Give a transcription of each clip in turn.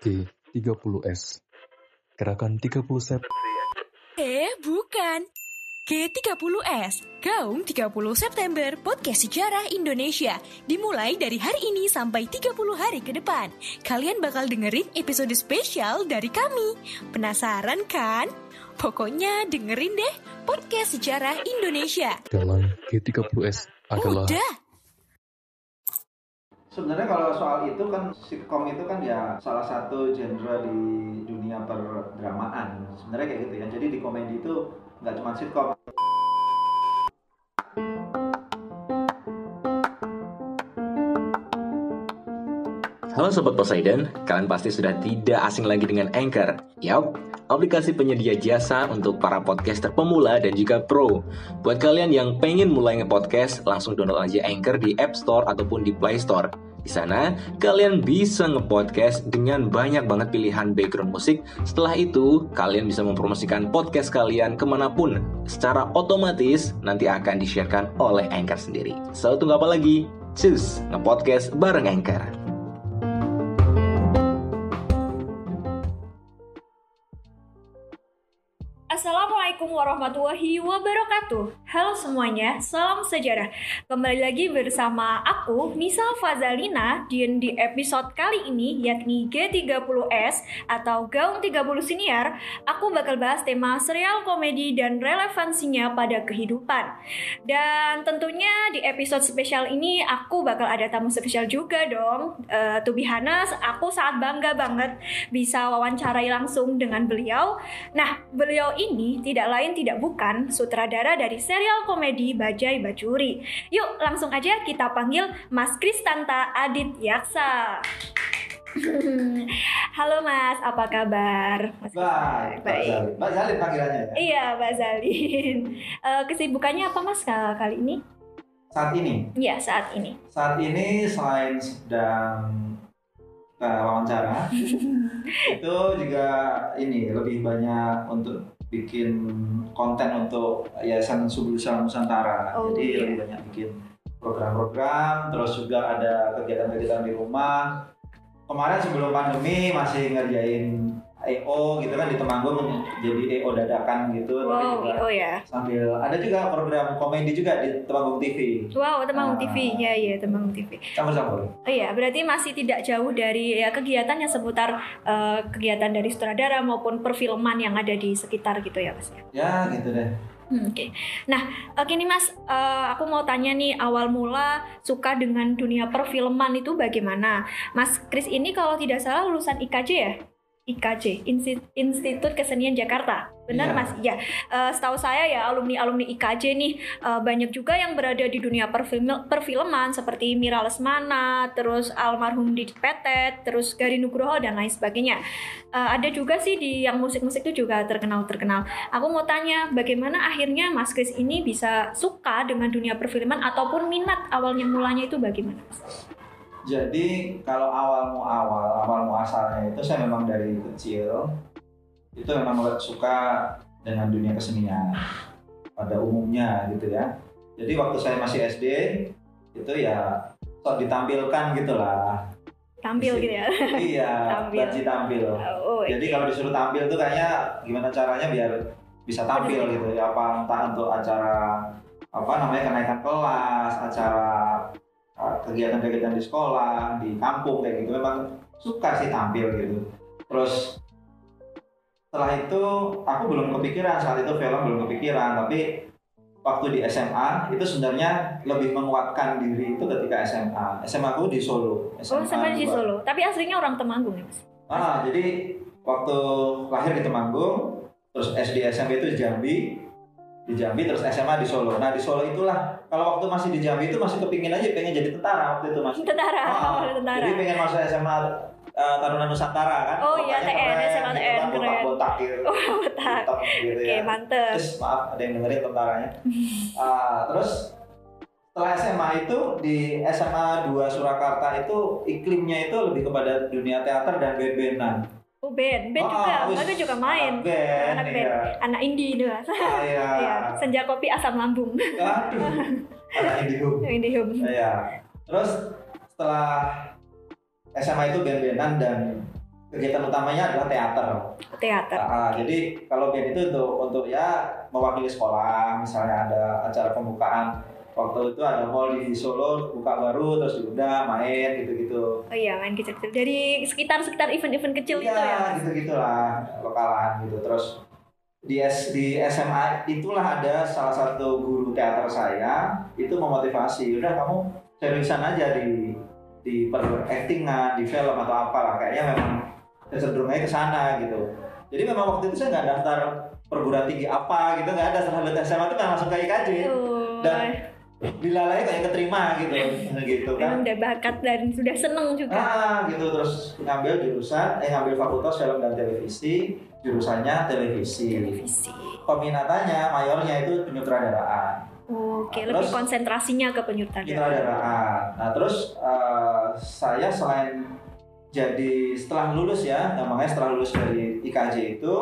G30S. Gerakan 30 Sep. Bukan. G30S, Gaung 30 September Podcast Sejarah Indonesia. Dimulai dari hari ini sampai 30 hari ke depan. Kalian bakal dengerin episode spesial dari kami. Penasaran kan? Pokoknya dengerin deh Podcast Sejarah Indonesia. Dalam G30S adalah... Udah. Sebenarnya kalau soal itu kan sitkom itu kan ya salah satu genre di dunia perdramaan. Sebenarnya kayak gitu ya. Jadi di komedi itu nggak cuma sitkom. Halo Sobat Poseidon, kalian pasti sudah tidak asing lagi dengan Anchor. Yap, aplikasi penyedia jasa untuk para podcaster pemula dan juga pro. Buat kalian yang pengen mulai nge-podcast, langsung download aja Anchor di App Store ataupun di Play Store. Di sana, kalian bisa nge-podcast dengan banyak banget pilihan background musik. Setelah itu, kalian bisa mempromosikan podcast kalian kemanapun. Secara otomatis, nanti akan di-sharekan oleh Anchor sendiri. So, tunggu apa lagi? Cus, nge-podcast bareng Anchor. Assalamualaikum warahmatullahi wabarakatuh. Halo semuanya, salam sejarah. Kembali lagi bersama aku, Nisa Fazalina, di episode kali ini, yakni G30S atau Gaung 30 Senior. Aku bakal bahas tema serial komedi dan relevansinya pada kehidupan. Dan tentunya di episode spesial ini, aku bakal ada tamu spesial juga dong. To be honest, aku sangat bangga banget bisa wawancarai langsung dengan beliau. Nah, beliau ini tidak lain tidak bukan sutradara dari serial komedi Bajai Bajuri. Yuk langsung aja kita panggil Mas Kristanta Adityaksa. Halo Mas, apa kabar? Mas, baik. Mbak Zalin panggilannya ya? Iya, Mbak Zalin. Kesibukannya apa Mas kali ini? Saat ini? Iya, saat ini. Saat ini selain sedang wawancara, itu juga ini lebih banyak untuk bikin konten untuk Yayasan Subul Salam Nusantara. Jadi lebih banyak bikin program-program, terus juga ada kegiatan-kegiatan di rumah. Kemarin sebelum pandemi masih ngerjain EO gitu kan di Temanggung, jadi EO dadakan gitu. Wow, EO ya. Sambil ada juga program komedi juga di Temanggung TV. Wow, Temanggung TV. Iya, Temanggung TV. Campur-campur. Oh iya, berarti masih tidak jauh dari ya kegiatan yang seputar kegiatan dari sutradara maupun perfilman yang ada di sekitar gitu ya, Mas. Ya, gitu deh. Oke. Nah, nih Mas, aku mau tanya nih, awal mula suka dengan dunia perfilman itu bagaimana? Mas Kris ini kalau tidak salah lulusan IKJ ya? IKJ, Institut Kesenian Jakarta. Benar Mas? Ya. Setahu saya ya alumni IKJ nih banyak juga yang berada di dunia perfilman seperti Mira Lesmana, terus almarhum Didi Petet, terus Gari Nugroho dan lain sebagainya. Ada juga sih di yang musik-musik itu juga terkenal. Aku mau tanya, bagaimana akhirnya Mas Kris ini bisa suka dengan dunia perfilman ataupun minat awalnya mulanya itu bagaimana? Jadi kalau awal muasalnya itu saya memang dari kecil itu memang suka dengan dunia kesenian pada umumnya gitu ya. Jadi waktu saya masih SD itu ya sok ditampilkan gitulah. Tampil gitu ya? Iya, tampil. Jadi kalau disuruh tampil tuh kayaknya gimana caranya biar bisa tampil gitu ya, entah untuk acara kenaikan kelas, acara kegiatan-kegiatan di sekolah, di kampung kayak gitu, memang suka sih tampil gitu. Terus setelah itu aku belum kepikiran, saat itu film belum kepikiran, tapi waktu di SMA itu sebenarnya lebih menguatkan diri itu ketika SMA aku di Solo. SMA di Solo, tapi aslinya orang Temanggung ya Mas? Jadi waktu lahir di Temanggung, terus SD SMP itu di Jambi terus SMA di Solo. Nah di Solo itulah, kalau waktu masih di Jambi itu masih pengen jadi tentara waktu itu Mas. Tentara. Jadi pengen masuk SMA Taruna Nusantara kan. Oh iya, SMA TN keren. Botak gitu. Botak. Gitu Oke, ya. mantep. Terus maaf ada yang dengerin tentaranya. Terus setelah SMA itu di SMA 2 Surakarta itu iklimnya itu lebih kepada dunia teater dan band-bandan. Oh band juga, aku juga main. Anak band, anak indie itu Mas. Iya. Senja kopi asam lambung. Aduh, anak Indihome. Iya. Terus setelah SMA itu band-bandan dan kegiatan utamanya adalah teater. Jadi kalau band itu untuk ya mewakili sekolah, misalnya ada acara pembukaan. Waktu itu ada mall di Solo buka baru, terus diundang main gitu-gitu. Oh iya, main kecil-kecil dari sekitar event-event kecil itu ya. Gitu-gitulah, lokalan gitu. Terus di SMA itulah ada salah satu guru teater saya itu memotivasi, udah kamu seriusan aja di actingan, di film atau apalah, kayaknya memang cenderungnya ke sana gitu. Jadi memang waktu itu saya nggak daftar perguruan tinggi apa gitu, nggak ada. Setelah lulus SMA itu langsung ke IKJ dan dilalai kayak keterima gitu kan. Memang udah bakat dan sudah seneng juga. Gitu. Terus ngambil fakultas film dan televisi, jurusannya televisi. Peminatannya mayornya itu penyutradaraan. Oke, lebih konsentrasinya ke penyutradaraan. Nah, terus saya selain jadi setelah lulus dari IKJ itu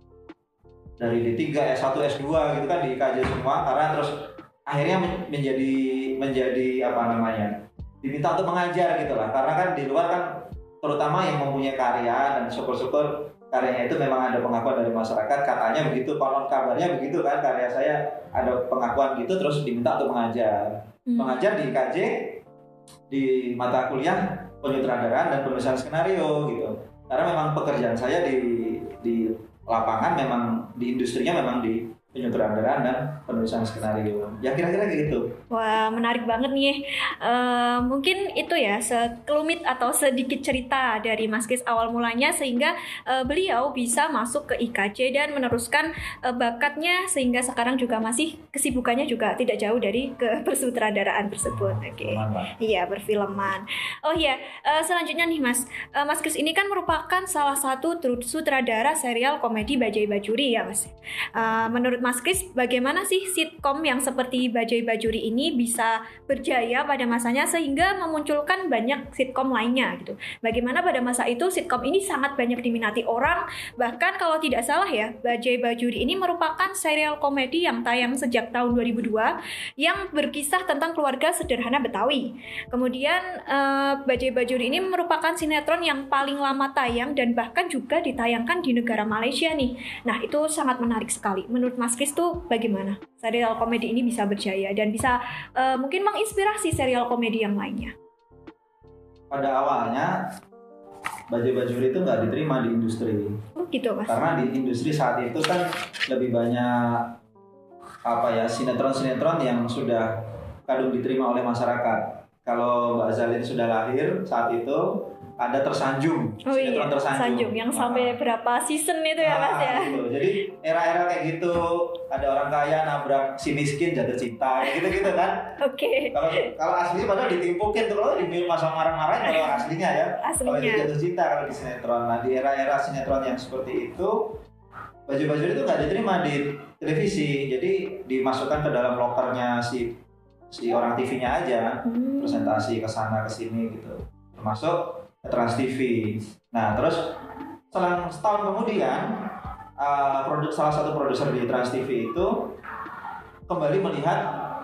dari D3, S1, S2 gitu kan di IKJ semua, karena terus akhirnya menjadi diminta untuk mengajar gitu lah, karena kan di luar kan terutama yang mempunyai karya, dan syukur-syukur karyanya itu memang ada pengakuan dari masyarakat, katanya begitu, konon kabarnya begitu kan, karya saya ada pengakuan gitu, terus diminta untuk mengajar di IKJ di mata kuliah penyutradaraan dan penulisan skenario gitu, karena memang pekerjaan saya di lapangan memang di industrinya memang di penyutradaraan dan penulisan skenario. Ya kira-kira gitu. Wah, menarik banget nih. Mungkin itu ya sekelumit atau sedikit cerita dari Mas Kris awal mulanya sehingga beliau bisa masuk ke IKJ dan meneruskan bakatnya sehingga sekarang juga masih kesibukannya juga tidak jauh dari ke persutradaraan tersebut. Oke. Iya, perfilman. Oh iya, selanjutnya nih Mas. Mas Kris ini kan merupakan salah satu sutradara serial komedi Bajai Bajuri ya Mas. Menurut Mas Kris, bagaimana sih sitkom yang seperti Bajai Bajuri ini bisa berjaya pada masanya sehingga memunculkan banyak sitkom lainnya gitu? Bagaimana pada masa itu sitkom ini sangat banyak diminati orang, bahkan kalau tidak salah ya, Bajai Bajuri ini merupakan serial komedi yang tayang sejak tahun 2002 yang berkisah tentang keluarga sederhana Betawi. Kemudian Bajai Bajuri ini merupakan sinetron yang paling lama tayang dan bahkan juga ditayangkan di negara Malaysia nih. Nah, itu sangat menarik sekali. Menurut Mas Kris tuh bagaimana serial komedi ini bisa berjaya dan bisa mungkin menginspirasi serial komedi yang lainnya? Pada awalnya Bajai Bajuri itu nggak diterima di industri. Oh gitu Mas. Karena di industri saat itu kan lebih banyak sinetron-sinetron yang sudah kadung diterima oleh masyarakat. Kalau Mbak Zalin sudah lahir saat itu ada Tersanjung, sinetron Tersanjung yang sampai berapa season itu ya Mas ya. Gitu. Jadi era-era kayak gitu, ada orang kaya nabrak si miskin jatuh cinta, gitu-gitu kan. Oke. Kalau asli padahal ditimpukin tuh, kalau di masa marah-marahin kalau aslinya ya. Kalau itu jatuh cinta kalau di sinetron. Nah di era-era sinetron yang seperti itu, Bajai Bajuri itu nggak diterima di televisi, jadi dimasukkan ke dalam lokernya si orang TV-nya aja, presentasi ke sana ke sini gitu, termasuk Trans TV. Nah terus selang setahun kemudian salah satu produser di Trans TV itu kembali melihat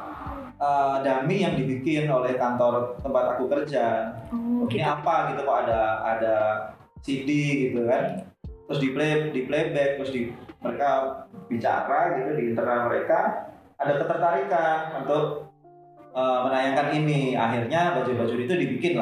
dummy yang dibikin oleh kantor tempat aku kerja. Ini apa gitu, kok ada CD gitu kan, terus di playback, terus mereka bicara gitu di internal mereka, ada ketertarikan untuk menayangkan ini. Akhirnya Bajai Bajuri itu dibikin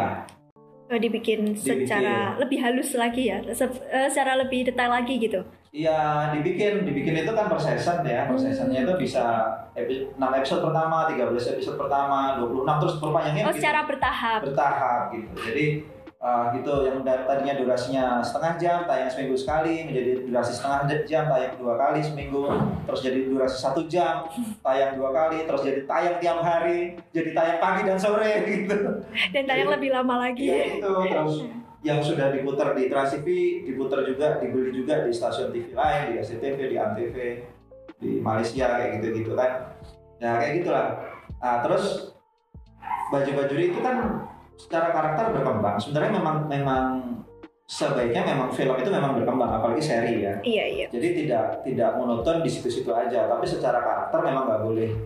secara lebih halus lagi ya, secara lebih detail lagi gitu. Iya, dibikin itu kan per season ya. Per seasonnya itu bisa 6 episode pertama, 13 episode pertama, 26, terus perpanjangnya gitu. Secara bertahap gitu. Jadi gitu, yang tadinya durasinya setengah jam tayang seminggu sekali menjadi durasi setengah jam tayang 2 kali seminggu, terus jadi durasi 1 jam tayang 2 kali, terus jadi tayang tiap hari, jadi tayang pagi dan sore gitu, dan tayang lebih lama lagi ya itu. Terus yang sudah diputar di Trans TV diputar juga, dibeli juga di stasiun TV lain, di SCTV, di Antv, di Malaysia kayak gitu kan ya, kayak gitulah. Nah terus Bajai Bajuri itu kan secara karakter berkembang. Sebenarnya memang sebaiknya memang film itu memang berkembang, apalagi seri ya. Iya. Jadi tidak monoton di situ-situ aja, tapi secara karakter memang nggak boleh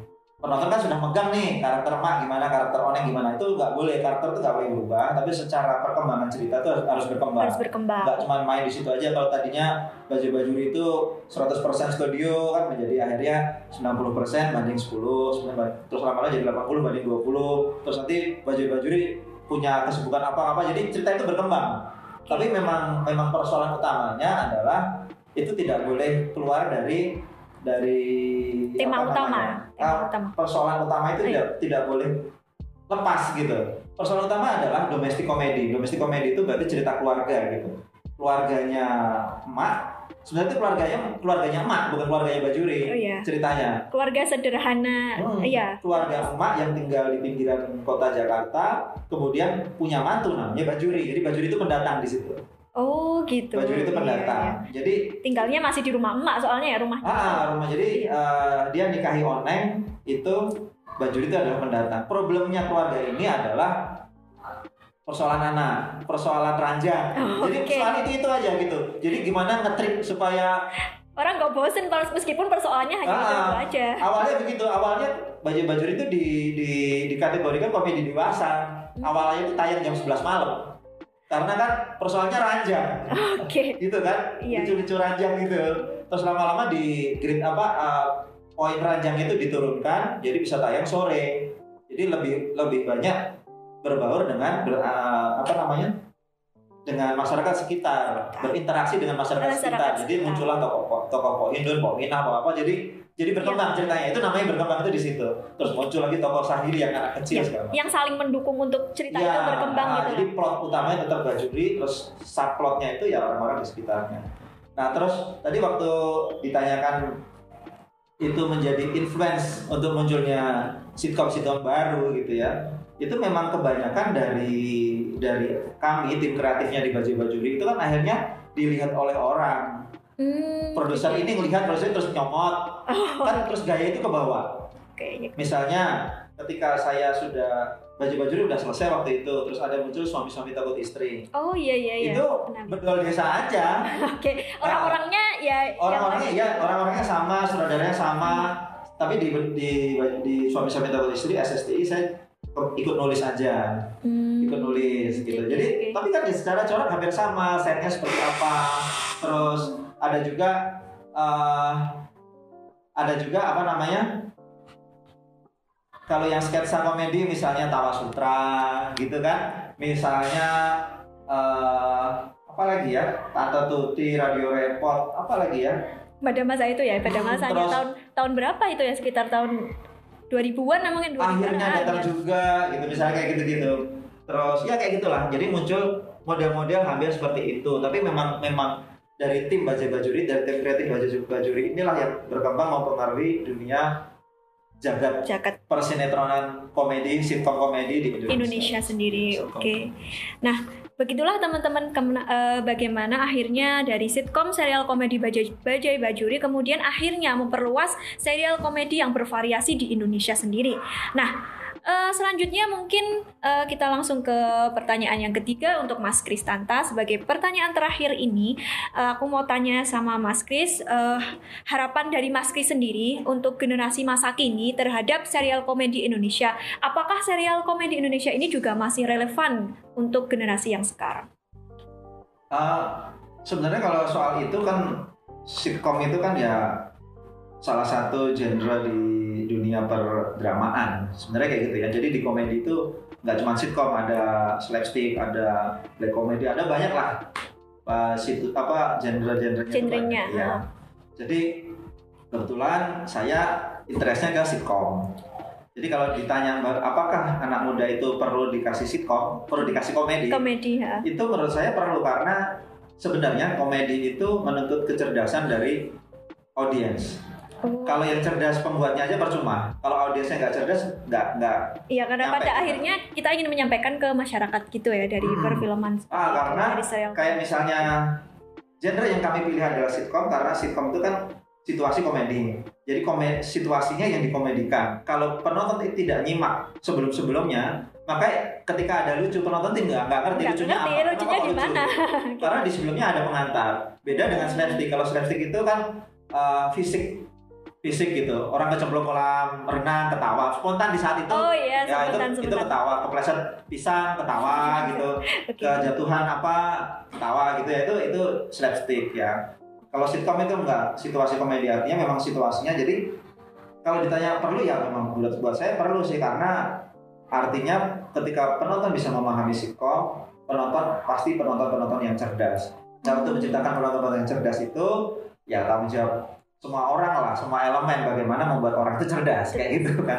penonton kan sudah megang nih karakter emak gimana, karakter oneng gimana, itu nggak boleh, karakter itu nggak boleh berubah, tapi secara perkembangan cerita itu harus berkembang. Harus berkembang. Nggak cuma main di situ aja. Kalau tadinya Bajuri itu 100% studio kan menjadi akhirnya 90% banding 10, terus lama-lama jadi 80 banding 20, terus nanti Bajuri punya kesibukan apa-apa, jadi cerita itu berkembang. Tapi memang persoalan utamanya adalah itu tidak boleh keluar dari tema utama. Persoalan utama itu tidak boleh lepas gitu. Persoalan utama adalah domestic comedy. Domestic comedy itu berarti cerita keluarga gitu. Keluarganya emak, sebenarnya itu keluarganya emak, bukan keluarganya Bajuri. Ceritanya. Keluarga sederhana. Iya. Keluarga emak yang tinggal di pinggiran kota Jakarta, kemudian punya mantu namanya Bajuri. Jadi Bajuri itu pendatang di situ. Oh gitu. Bajuri itu pendatang. Iya. Jadi tinggalnya masih di rumah emak soalnya ya rumahnya. Rumah. Jadi dia nikahi Oneng itu Bajuri itu adalah pendatang. Problemnya keluarga ini adalah persoalan anak, persoalan ranjang. Jadi persoalan itu aja gitu. Jadi gimana nge-trip supaya orang gak bosen meskipun persoalannya hanya itu aja. Awalnya begitu. Awalnya Bajuri itu dikategorikan komedi dewasa. Awalnya itu tayang jam 11 malam. Karena kan persoalannya ranjang, gitu kan, lucu-lucu ranjang gitu. Terus lama-lama di grade poin ranjang itu diturunkan, jadi bisa tayang sore. Jadi lebih banyak berbaur dengan dengan masyarakat sekitar, berinteraksi dengan masyarakat sekitar. Jadi muncullah tokoh Hindun, Pominah, apa. Jadi berkembang ceritanya, itu namanya berkembang itu di situ. Terus muncul lagi tokoh Sahiri yang anak kecil sekarang. Yang saling mendukung untuk cerita itu berkembang gitu. Jadi plot utamanya tetap Bajuri, terus subplotnya itu ya orang-orang di sekitarnya. Nah terus tadi waktu ditanyakan itu menjadi influence untuk munculnya sitkom baru gitu ya. Itu memang kebanyakan dari kami tim kreatifnya di Bajuri itu kan akhirnya dilihat oleh orang. Produser ini ngelihat produser terus nyomot kan, terus gaya itu ke bawah. Misalnya ketika saya sudah Bajuri udah selesai waktu itu, terus ada muncul suami takut istri. Iya. Itu betul desa aja. Orang-orangnya orang-orangnya sama, sutradaranya sama. Tapi di suami takut istri SSTI saya ikut nulis aja. Ikut nulis gitu. Jadi tapi kan secara corak hampir sama, setnya seperti apa. Terus ada juga kalau yang sketsa komedi misalnya Tawa Sutra gitu kan, misalnya apa lagi ya, Tante Tuti, Radio Repot, apa lagi ya, pada masa itu ya, pada masanya tahun berapa itu ya, sekitar tahun 2000-an mungkin, 2000-an akhirnya datang juga gitu, misalnya kayak gitu-gitu. Terus ya kayak gitulah, jadi muncul model-model hampir seperti itu. Tapi memang dari tim Bajuri, dari tim kreatif Bajuri inilah yang berkembang mempengaruhi dunia jagat persinetronan komedi, sitkom komedi di Indonesia sendiri. Oke. Nah, begitulah teman-teman bagaimana akhirnya dari sitkom serial komedi Bajai Bajuri kemudian akhirnya memperluas serial komedi yang bervariasi di Indonesia sendiri. Nah, selanjutnya mungkin kita langsung ke pertanyaan yang ketiga untuk Mas Kristanta. Sebagai pertanyaan terakhir ini, aku mau tanya sama Mas Kris, harapan dari Mas Kris sendiri untuk generasi masa kini terhadap serial komedi Indonesia. Apakah serial komedi Indonesia ini juga masih relevan untuk generasi yang sekarang? Sebenarnya kalau soal itu kan sitkom itu kan ya salah satu genre di dunia perdramaan sebenarnya kayak gitu ya. Jadi di komedi itu nggak cuma sitkom, ada slapstick, ada black comedy, ada banyak lah genre-genrenya ya. Jadi kebetulan saya interestnya ke sitkom. Jadi kalau ditanya apakah anak muda itu perlu dikasih sitkom, perlu dikasih komedi ya. Itu menurut saya perlu, karena sebenarnya komedi itu menuntut kecerdasan dari audiens. Kalau yang cerdas pembuatnya aja percuma. Kalau audiensnya nggak cerdas, nggak. Iya, karena pada akhirnya kita ingin menyampaikan ke masyarakat gitu ya dari perfilman. Karena kayak misalnya genre yang kami pilih adalah sitkom, karena sitkom itu kan situasi komedi. Jadi situasinya yang dikomedikan. Kalau penonton tidak nyimak sebelumnya, maka ketika ada lucu, penonton nggak ngerti lucunya apa. Lucunya di mana? Karena di sebelumnya ada pengantar. Beda dengan slapstick. Kalau slapstick itu kan fisik gitu. Orang kecemplung kolam renang ketawa, spontan di saat itu. Oh iya, ya spontan. itu ketawa, kepleset pisang ketawa gitu. Kejatuhan apa ketawa gitu ya, itu slapstick ya. Kalau sitcom itu enggak, situasi komedi, artinya memang situasinya. Jadi kalau ditanya perlu ya memang buat saya perlu sih, karena artinya ketika penonton bisa memahami sitcom, penonton pasti penonton yang cerdas. Cara untuk menciptakan penonton yang cerdas itu ya tanggung jawab semua orang lah, semua elemen bagaimana membuat orang itu cerdas kayak gitu kan.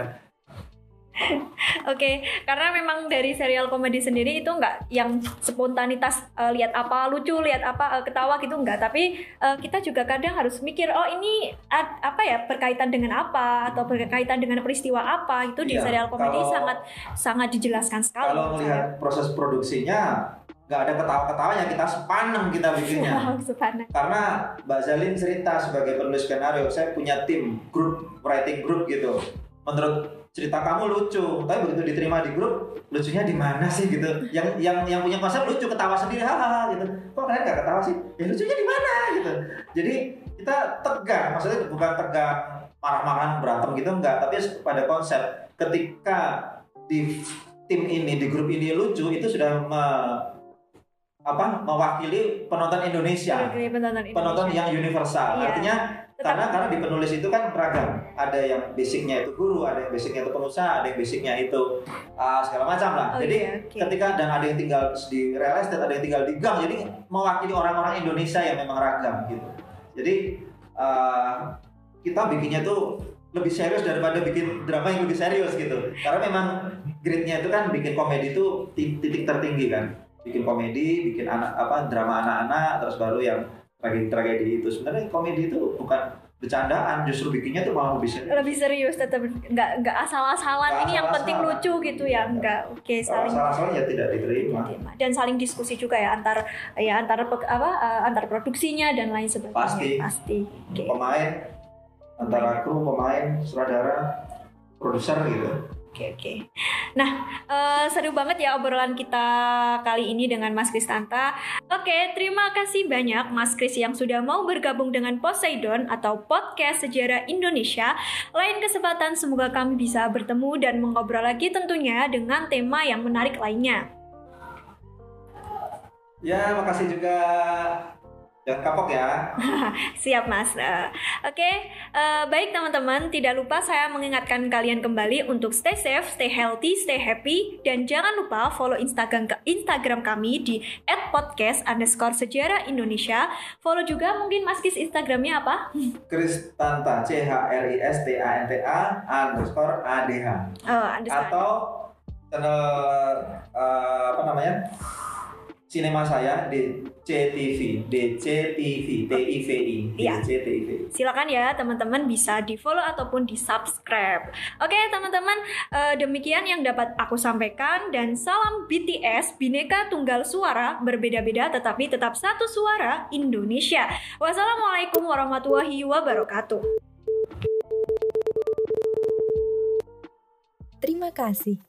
Oke, karena memang dari serial komedi sendiri itu enggak yang spontanitas, lihat apa lucu, lihat apa ketawa gitu enggak, tapi kita juga kadang harus mikir ini apa ya, berkaitan dengan apa atau berkaitan dengan peristiwa apa, itu di serial komedi sangat dijelaskan sekali. Kalau melihat proses produksinya nggak ada ketawa-ketawanya, kita sepaneng kita bikinnya. Karena Mbak Zalin cerita sebagai penulis skenario, saya punya tim writing group gitu. Menurut cerita kamu lucu, tapi begitu diterima di grup, lucunya di mana sih gitu? Yang punya konsep lucu ketawa sendiri, hahaha gitu. Kok kalian nggak ketawa sih? Ya lucunya di mana gitu? Jadi kita tegang, maksudnya bukan tegang marah-marahan berantem gitu enggak, tapi pada konsep. Ketika di tim ini, di grup ini lucu, itu sudah mewakili penonton Indonesia, penonton yang universal. Iya. Artinya karena di penulis itu kan beragam, ada yang basicnya itu guru, ada yang basicnya itu pengusaha, ada yang basicnya itu segala macam lah. Jadi ketika dan ada yang tinggal di real estate, ada yang tinggal di gang, jadi mewakili orang-orang Indonesia yang memang ragam gitu. Jadi kita bikinnya tuh lebih serius daripada bikin drama yang lebih serius gitu. Karena memang grade-nya itu kan bikin komedi itu titik tertinggi kan. Bikin komedi, bikin drama anak-anak, terus baru yang tragedi itu. Sebenarnya komedi itu bukan bercandaan, justru bikinnya tuh malah lebih serius. Lebih serius, tetap nggak asal-asalan. Ini yang penting lucu gitu ya, enggak. Oke, saling asal-asalan ya tidak diterima. Dan saling diskusi juga ya antar produksinya dan lain sebagainya. Pasti. Okay. Pemain, antara kru, pemain, sutradara, produser gitu. Oke. Nah, seru banget ya obrolan kita kali ini dengan Mas Kristanta. Oke, terima kasih banyak Mas Kris yang sudah mau bergabung dengan Poseidon atau Podcast Sejarah Indonesia. Lain kesempatan semoga kami bisa bertemu dan mengobrol lagi tentunya dengan tema yang menarik lainnya. Ya, makasih juga. Jangan kapok ya. Siap Mas. Oke, baik teman-teman, tidak lupa saya mengingatkan kalian kembali untuk stay safe, stay healthy, stay happy, dan jangan lupa follow Instagram kami di @podcast_sejarah Indonesia. Follow juga mungkin Mas Kis Instagramnya apa? Kristanta CHRISTANTA _ADH. Atau channel sinema saya di DCTV, TIVI, ya. DCTV. Silakan ya teman-teman bisa di follow ataupun di subscribe. Oke teman-teman, demikian yang dapat aku sampaikan, dan salam BTS, Bhinneka Tunggal Suara, berbeda-beda tetapi tetap satu suara Indonesia. Wassalamualaikum warahmatullahi wabarakatuh. Terima kasih